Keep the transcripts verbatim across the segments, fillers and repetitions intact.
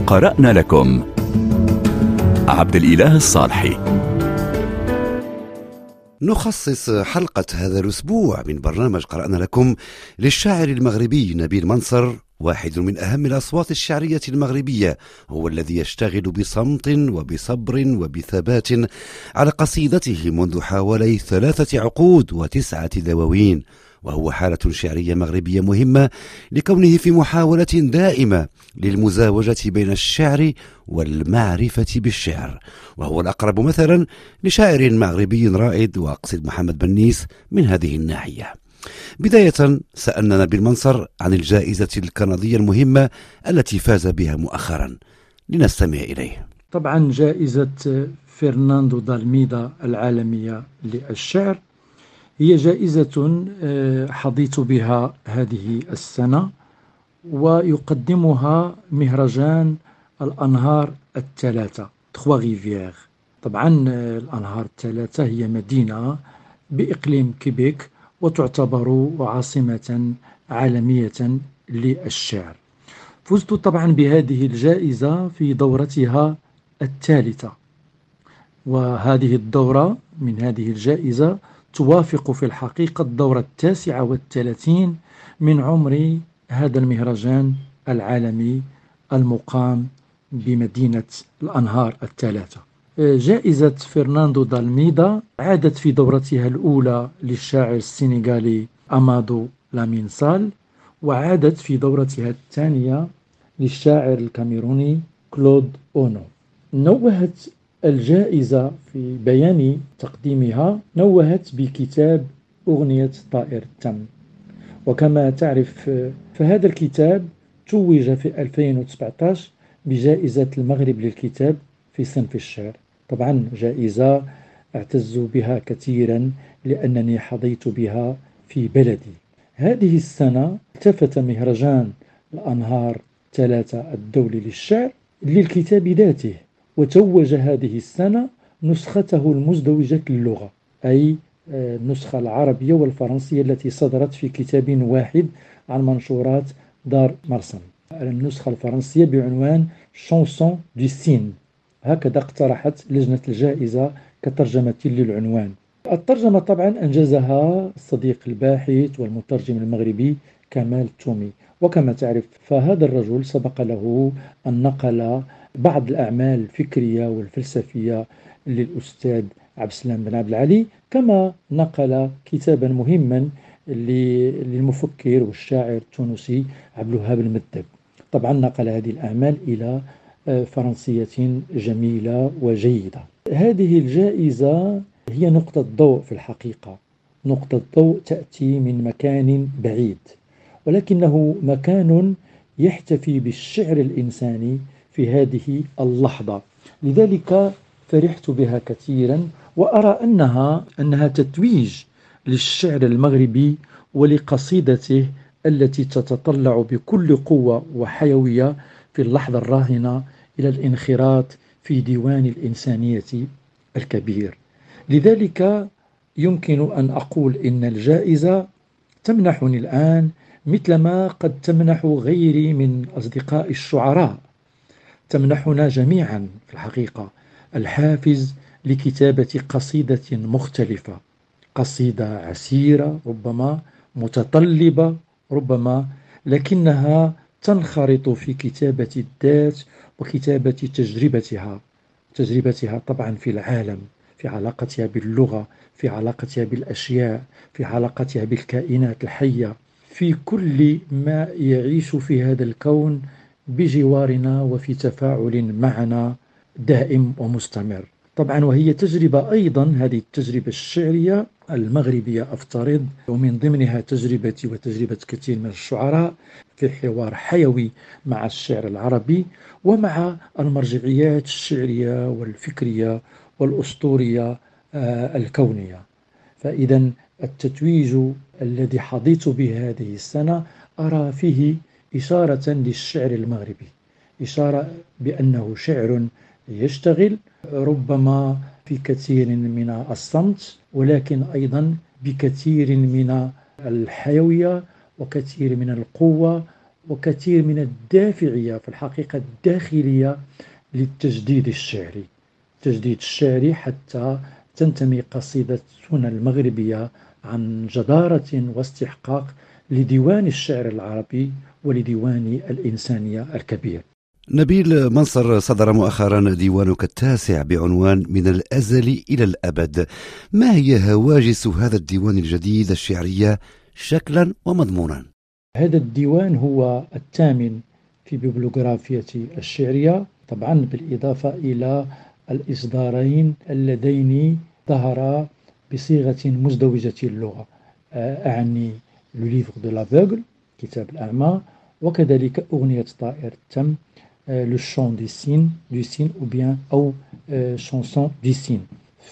قرأنا لكم عبد الإله الصالحي. نخصص حلقة هذا الأسبوع من برنامج قرأنا لكم للشاعر المغربي نبيل منصر، واحد من أهم الأصوات الشعرية المغربية، هو الذي يشتغل بصمت وبصبر وبثبات على قصيدته منذ حوالي ثلاثة عقود وتسعة دواوين، وهو حالة شعرية مغربية مهمة لكونه في محاولة دائمة للمزاوجة بين الشعر والمعرفة بالشعر، وهو الأقرب مثلا لشاعر مغربي رائد، وأقصد محمد بنيس من هذه الناحية. بداية سألنا نبيل منصر عن الجائزة الكندية المهمة التي فاز بها مؤخرا، لنستمع إليه. طبعا جائزة فرناندو دالميدا العالمية للشعر هي جائزة حظيت بها هذه السنة، ويقدمها مهرجان الأنهار الثلاثة تخوا غيفيير. طبعا الأنهار الثلاثة هي مدينة بإقليم كيبيك وتعتبر عاصمة عالمية للشعر. فزت طبعا بهذه الجائزة في دورتها الثالثة، وهذه الدورة من هذه الجائزة توافق في الحقيقة الدورة التاسعة والثلاثين من عمر هذا المهرجان العالمي المقام بمدينة الأنهار الثلاثة. جائزة فرناندو دالميدا عادت في دورتها الأولى للشاعر السنغالي أمادو لامين سال، وعادت في دورتها الثانية للشاعر الكاميروني كلود أونو. نوهت الجائزة في بيان تقديمها نوهت بكتاب أغنية طائر التم، وكما تعرف فهذا الكتاب توج في ألفين وسبعة عشر بجائزة المغرب للكتاب في صنف الشعر. طبعا جائزة أعتز بها كثيرا لأنني حظيت بها في بلدي. هذه السنة التفت مهرجان الأنهار ثلاثة الدولي للشعر للكتاب ذاته، وتوج هذه السنة نسخته المزدوجة اللغة، أي النسخة العربية والفرنسية التي صدرت في كتاب واحد عن منشورات دار مرسم. النسخة الفرنسية بعنوان شانسون دي سين، هكذا اقترحت لجنة الجائزة كترجمة للعنوان. الترجمة طبعا أنجزها الصديق الباحث والمترجم المغربي كمال تومي، وكما تعرف فهذا الرجل سبق له أن نقل بعض الأعمال الفكرية والفلسفية للأستاذ عبد السلام بن عبد العلي، كما نقل كتابا مهما للمفكر والشاعر التونسي عبد الوهاب المدب. طبعا نقل هذه الأعمال إلى فرنسية جميلة وجيدة. هذه الجائزة هي نقطة ضوء في الحقيقة، نقطة ضوء تأتي من مكان بعيد، ولكنه مكان يحتفي بالشعر الإنساني في هذه اللحظة، لذلك فرحت بها كثيرا، وأرى أنها أنها تتويج للشعر المغربي ولقصيدته التي تتطلع بكل قوة وحيوية في اللحظة الراهنة إلى الانخراط في ديوان الإنسانية الكبير. لذلك يمكن أن أقول إن الجائزة تمنحني الآن مثلما قد تمنح غيري من أصدقاء الشعراء، تمنحنا جميعا في الحقيقة الحافز لكتابة قصيدة مختلفة، قصيدة عسيرة ربما، متطلبة ربما، لكنها تنخرط في كتابة الذات وكتابة تجربتها تجربتها طبعا في العالم، في علاقتها باللغة، في علاقتها بالأشياء، في علاقتها بالكائنات الحية، في كل ما يعيش في هذا الكون بجوارنا وفي تفاعل معنا دائم ومستمر. طبعا وهي تجربة أيضا، هذه التجربة الشعرية المغربية أفترض، ومن ضمنها تجربتي وتجربة كثير من الشعراء في حوار حيوي مع الشعر العربي ومع المرجعيات الشعرية والفكرية والأسطورية الكونية. فإذا التتويج الذي حظيت به هذه السنة أرى فيه إشارة للشعر المغربي، إشارة بأنه شعر يشتغل ربما في كثير من الصمت، ولكن أيضا بكثير من الحيوية وكثير من القوة وكثير من الدافعية في الحقيقة الداخلية للتجديد الشعري التجديد الشعري حتى تنتمي قصيدتنا المغربية عن جدارة واستحقاق لديوان الشعر العربي ولديوان الإنسانية الكبير. نبيل منصر، صدر مؤخرا ديوانك التاسع بعنوان من الأزل إلى الأبد. ما هي هواجس هذا الديوان الجديد الشعرية شكلا ومضمونا؟ هذا الديوان هو الثامن في بيبلوغرافيتي الشعرية، طبعا بالإضافة إلى الإصدارين اللذين ظهرا بصيغة مزدوجة اللغة، أعني لو ليفغ دو لافوغل كتاب الأعمى، وكذلك أغنية طائر التم لو شون دي سين دو سين أو بيان أو شونسون دي سين.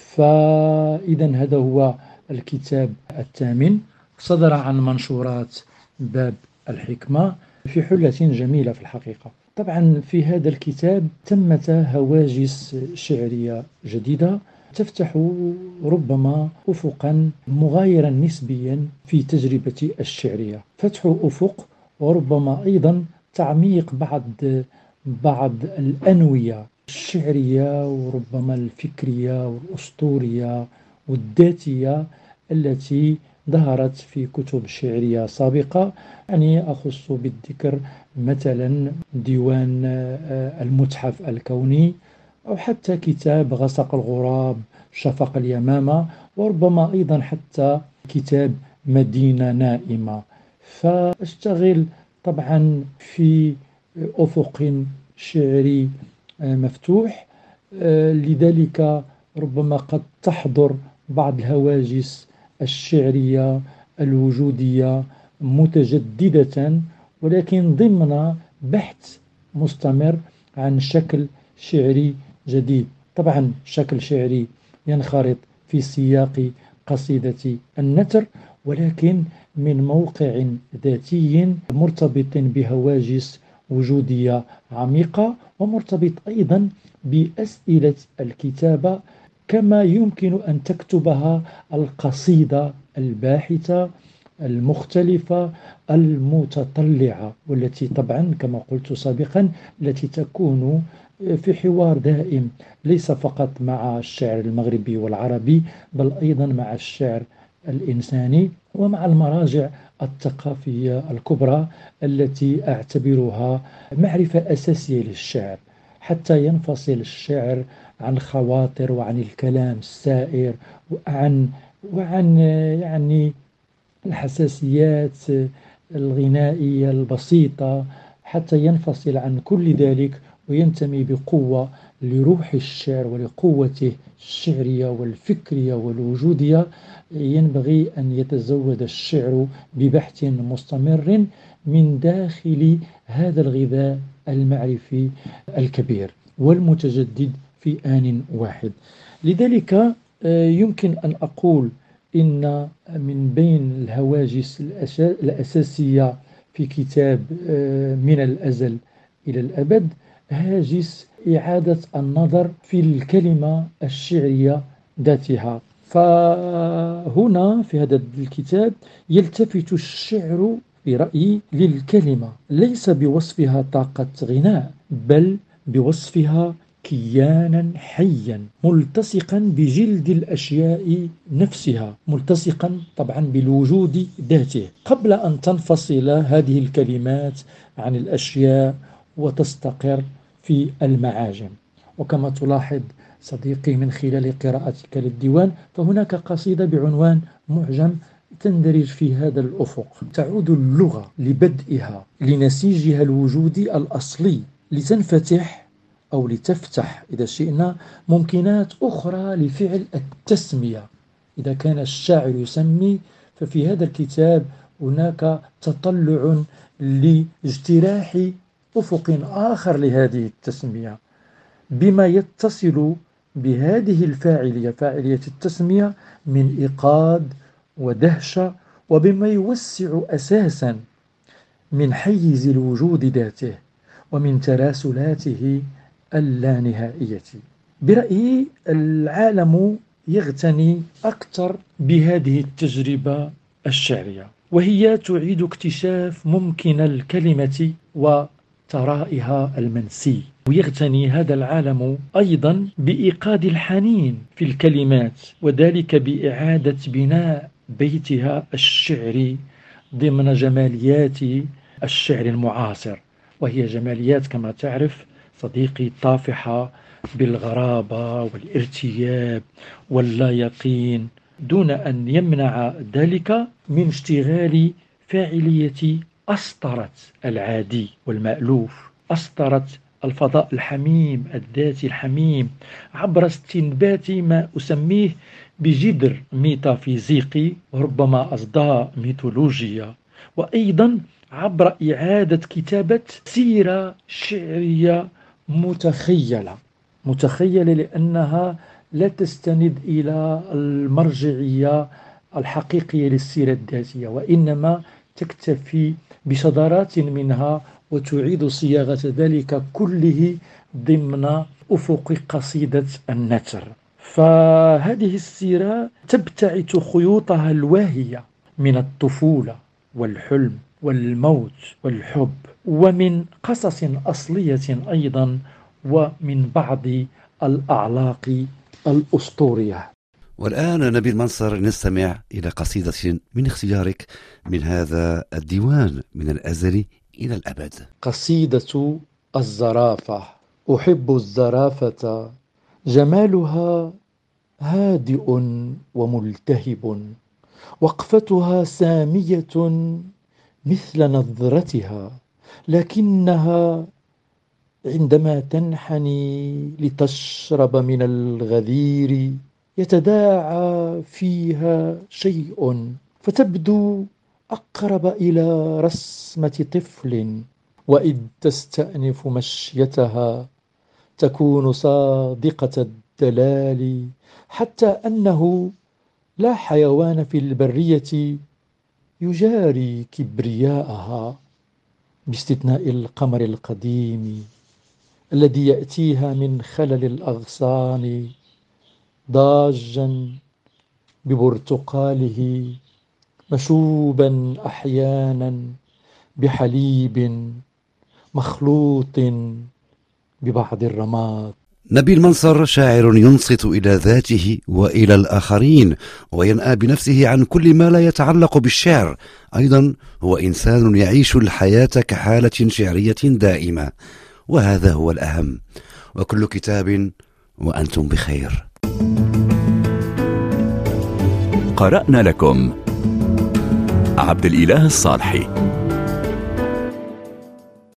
فإذا هذا هو الكتاب الثامن، صدر عن منشورات باب الحكمة في حلة جميلة في الحقيقة. طبعا في هذا الكتاب تمت هواجس شعرية جديدة تفتح ربما أفقا مغايرا نسبيا في تجربتي الشعرية، فتح أفق وربما أيضا تعميق بعض بعض الأنوية الشعرية وربما الفكرية والأسطورية والذاتية التي ظهرت في كتب شعرية سابقة. يعني أخص بالذكر مثلا ديوان المتحف الكوني، أو حتى كتاب غسق الغراب شفق اليمامة، وربما أيضا حتى كتاب مدينة نائمة. فأشتغل طبعا في أفق شعري مفتوح، لذلك ربما قد تحضر بعض الهواجس الشعرية الوجودية متجددة، ولكن ضمن بحث مستمر عن شكل شعري جديد. طبعا شكل شعري ينخرط في سياق قصيدة النثر، ولكن من موقع ذاتي مرتبط بهواجس وجودية عميقة، ومرتبط أيضا بأسئلة الكتابة كما يمكن أن تكتبها القصيدة الباحثة المختلفة المتطلعة، والتي طبعا كما قلت سابقا التي تكون في حوار دائم ليس فقط مع الشعر المغربي والعربي، بل أيضا مع الشعر الإنساني ومع المراجع الثقافية الكبرى التي أعتبرها معرفة أساسية للشعر، حتى ينفصل الشعر عن خواطر وعن الكلام السائر وعن وعن يعني الحساسيات الغنائية البسيطة، حتى ينفصل عن كل ذلك وينتمي بقوة لروح الشعر ولقوته الشعرية والفكرية والوجودية. ينبغي أن يتزود الشعر ببحث مستمر من داخل هذا الغذاء المعرفي الكبير والمتجدد في آن واحد. لذلك يمكن أن أقول إن من بين الهواجس الأساسية في كتاب من الأزل إلى الأبد هاجس إعادة النظر في الكلمة الشعرية ذاتها. فهنا في هذا الكتاب يلتفت الشعر في رأيي للكلمة ليس بوصفها طاقة غناء، بل بوصفها كيانا حيا ملتصقا بجلد الأشياء نفسها، ملتصقا طبعا بالوجود ذاته، قبل أن تنفصل هذه الكلمات عن الأشياء وتستقر في المعاجم. وكما تلاحظ صديقي من خلال قراءتك للديوان، فهناك قصيدة بعنوان معجم تندرج في هذا الأفق. تعود اللغة لبدئها لنسيجها الوجودي الأصلي لتنفتح أو لتفتح إذا شئنا ممكنات أخرى لفعل التسمية. إذا كان الشاعر يسمي، ففي هذا الكتاب هناك تطلع لاجتراح أفق آخر لهذه التسمية بما يتصل بهذه الفاعلية فاعلية التسمية من إيقاد ودهشة، وبما يوسع أساسا من حيز الوجود ذاته ومن تراسلاته اللانهائية. برأيي العالم يغتني أكثر بهذه التجربة الشعرية، وهي تعيد اكتشاف ممكن الكلمة وثرائها المنسي. ويغتني هذا العالم أيضا بإيقاد الحنين في الكلمات، وذلك بإعادة بناء بيتها الشعري ضمن جماليات الشعر المعاصر، وهي جماليات كما تعرف صديقي طافحة بالغرابة والارتياب واللا يقين، دون أن يمنع ذلك من اشتغال فاعلية أسطرة العادي والمألوف، أسطرة الفضاء الحميم الذاتي الحميم، عبر استنبات ما أسميه بجذر ميتافيزيقي وربما أصداء ميثولوجيا، وأيضا عبر إعادة كتابة سيرة شعرية متخيلة متخيلة لأنها لا تستند إلى المرجعية الحقيقية للسيرة الذاتية، وإنما تكتفي بشذرات منها وتعيد صياغة ذلك كله ضمن أفق قصيدة النثر. فهذه السيرة تبتعث خيوطها الواهية من الطفولة والحلم والموت والحب، ومن قصص أصلية أيضا، ومن بعض الأعلاق الأسطورية. والآن نبيل منصر نستمع إلى قصيدة من اختيارك من هذا الديوان من الأزل إلى الأبد. قصيدة الزرافة. أحب الزرافة، جمالها هادئ وملتهب، وقفتها سامية مثل نظرتها، لكنها عندما تنحني لتشرب من الغدير يتداعى فيها شيء، فتبدو أقرب إلى رسمة طفل، وإذ تستأنف مشيتها تكون صادقة الدلال، حتى أنه لا حيوان في البرية يجاري كبرياءها، باستثناء القمر القديم الذي يأتيها من خلل الأغصان ضاجا ببرتقاله، مشوبا أحيانا بحليب مخلوط ببعض الرماد. نبيل منصر شاعر ينصت إلى ذاته وإلى الآخرين، وينأى بنفسه عن كل ما لا يتعلق بالشعر. أيضا هو إنسان يعيش الحياة كحالة شعرية دائمة، وهذا هو الأهم. وكل كتاب وأنتم بخير. قرأنا لكم عبد الإله الصالحي.